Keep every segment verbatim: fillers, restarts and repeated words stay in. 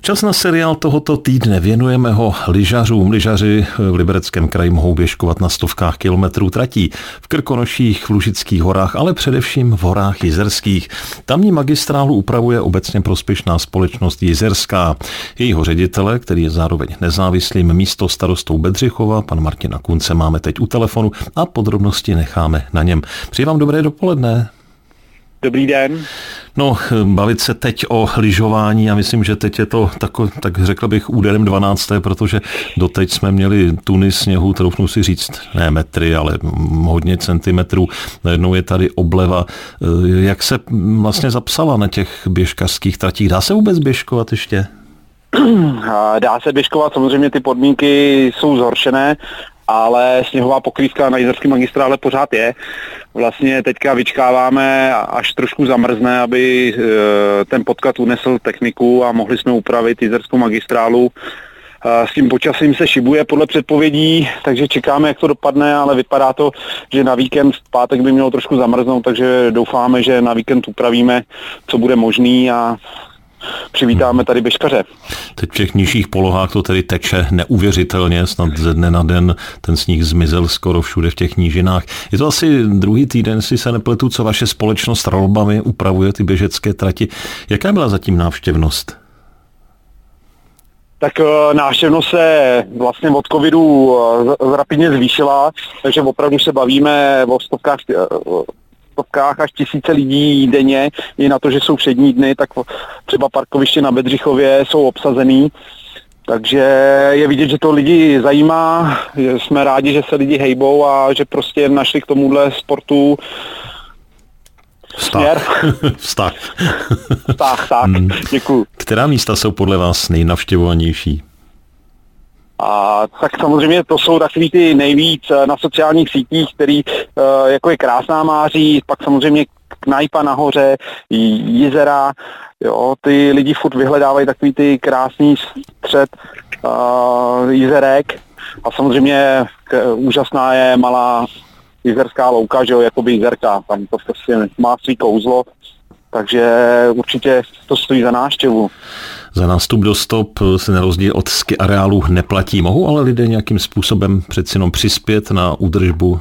Čas na seriál tohoto týdne. Věnujeme ho lyžařům. Lyžaři v Libereckém kraji mohou běžkovat na stovkách kilometrů tratí v Krkonoších, v Lužických horách, ale především v horách jizerských. Tamní magistrálu upravuje obecně prospěšná společnost Jizerská. Jejího ředitele, který je zároveň nezávislým místostarostou Bedřichova, pan Martina Kunce, máme teď u telefonu a podrobnosti necháme na něm. Přeji vám dobré dopoledne. Dobrý den. No, bavit se teď o lyžování, já myslím, že teď je to tako, tak řekl bych úderem dvanácté, protože doteď jsme měli tuny sněhu, troufnu si říct, ne metry, ale hodně centimetrů. Najednou je tady obleva. Jak se vlastně zapsala na těch běžkařských tratích? Dá se vůbec běžkovat ještě? Dá se běžkovat, samozřejmě ty podmínky jsou zhoršené, ale sněhová pokrývka na jizerské magistrále pořád je. Vlastně teďka vyčkáváme, až trošku zamrzne, aby ten podklad unesl techniku a mohli jsme upravit jizerskou magistrálu. S tím počasím se šibuje podle předpovědí, takže čekáme, jak to dopadne, ale vypadá to, že na víkend v pátek by mělo trošku zamrznout, takže doufáme, že na víkend upravíme, co bude možný a přivítáme tady běžkaře. Teď v těch nižších polohách to tedy teče neuvěřitelně, snad ze dne na den ten sníh zmizel skoro všude v těch nížinách. Je to asi druhý týden, jestli se nepletu, co vaše společnost Rolbami upravuje ty běžecké trati. Jaká byla zatím návštěvnost? Tak návštěvnost se vlastně od covidu rapidně zvýšila, takže opravdu se bavíme o stovkách stovkách až tisíce lidí denně, i na to, že jsou všední dny, tak třeba parkoviště na Bedřichově jsou obsazený. Takže je vidět, že to lidi zajímá, jsme rádi, že se lidi hejbou a že prostě našli k tomuhle sportu směr. Vztah. Vztah, tak, hmm. Děkuju. Která místa jsou podle vás nejnavštěvovanější? A tak samozřejmě to jsou takový ty nejvíc na sociálních sítích, který jako je Krásná Máří, pak samozřejmě Knajpa nahoře, jezera, jo, ty lidi furt vyhledávají takový ty krásný střed uh, jezerek a samozřejmě k, úžasná je malá jizerská louka, že jo, jakoby jezerka, tam to prostě má svý kouzlo, takže určitě to stojí za návštěvu. Za nástup do stop se na rozdíl od ski areálu neplatí. Mohou ale lidé nějakým způsobem přeci jenom přispět na údržbu?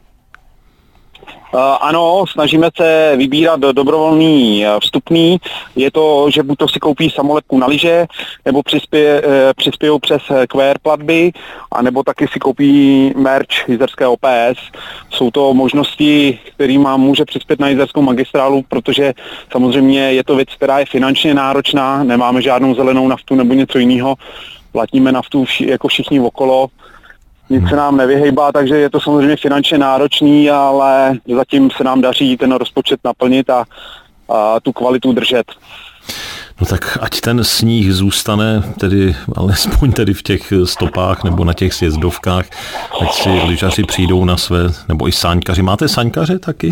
Uh, ano, snažíme se vybírat dobrovolný vstupný. Je to, že buď to si koupí samolepku na lyže, nebo přispěje, uh, přispějou přes Q R platby, anebo taky si koupí merch jizerské O P S. Jsou to možnosti, kterými může přispět na jizerskou magistrálu, protože samozřejmě je to věc, která je finančně náročná, nemáme žádnou zelenou naftu nebo něco jiného, platíme naftu vši, jako všichni okolo. Nic se nám nevyhejbá, takže je to samozřejmě finančně náročný, ale zatím se nám daří ten rozpočet naplnit a, a tu kvalitu držet. No tak ať ten sníh zůstane tedy alespoň tedy v těch stopách nebo na těch sjezdovkách, ať si lyžaři přijdou na své, nebo i sáňkaři. Máte sáňkaře taky?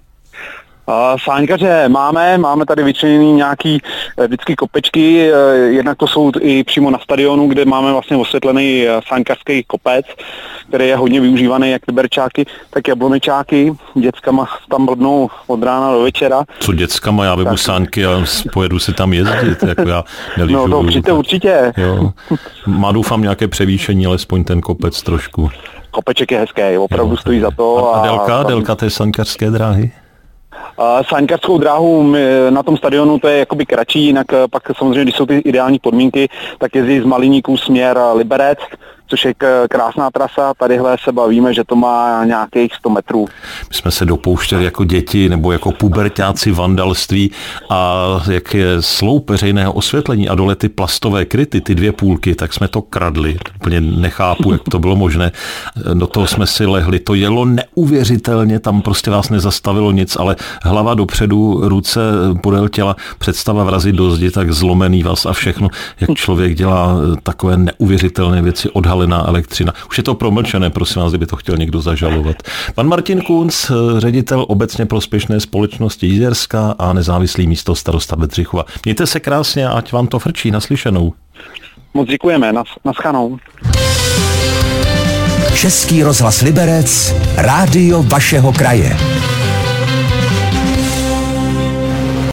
Uh, sáňkaře máme, máme tady vyčleněný nějaký vždycky kopečky, jednak to jsou i přímo na stadionu, kde máme vlastně osvětlený sáňkařský kopec, který je hodně využívaný jak liberčáky, tak jablonečáky. Dětskama tam blbnou od rána do večera. Co dětskama? Já vybu sáňky a pojedu si tam jezdit, jako já nelížu. No to určitě, určitě. Jo. Má doufám nějaké převýšení, alespoň ten kopec trošku. Kopeček je hezký, opravdu jo, stojí za to. A, a délka, a tam... délka té sáňkařské dráhy? Uh, sáňkařskou dráhu na tom stadionu to je jakoby kratší, jinak pak samozřejmě, když jsou ty ideální podmínky, tak jezdí z Maliníků směr Liberec, což je krásná trasa. Tadyhle se bavíme, že to má nějakých sto metrů. My jsme se dopouštěli jako děti nebo jako puberťáci vandalství a jak je sloup veřejného osvětlení a dole ty plastové kryty, ty dvě půlky, tak jsme to kradli. Úplně nechápu, jak to bylo možné. Do toho jsme si lehli. To jelo neuvěřitelně, tam prostě vás nezastavilo nic, ale hlava dopředu, ruce podél těla, představa vrazit do zdi, tak zlomený vás a všechno, jak člověk dělá takové neuvěřitelné věci, odhalená elektřina. Už je to promlčené, prosím vás, kdyby to chtěl někdo zažalovat. Pan Martin Kunc, ředitel obecně prospěšné společnosti Jizerská a nezávislý místostarosta Bedřichova. Mějte se krásně a ať vám to frčí. Naslyšenou. Moc děkujeme. Nas, naschanou. Český rozhlas Liberec, rádio vašeho kraje.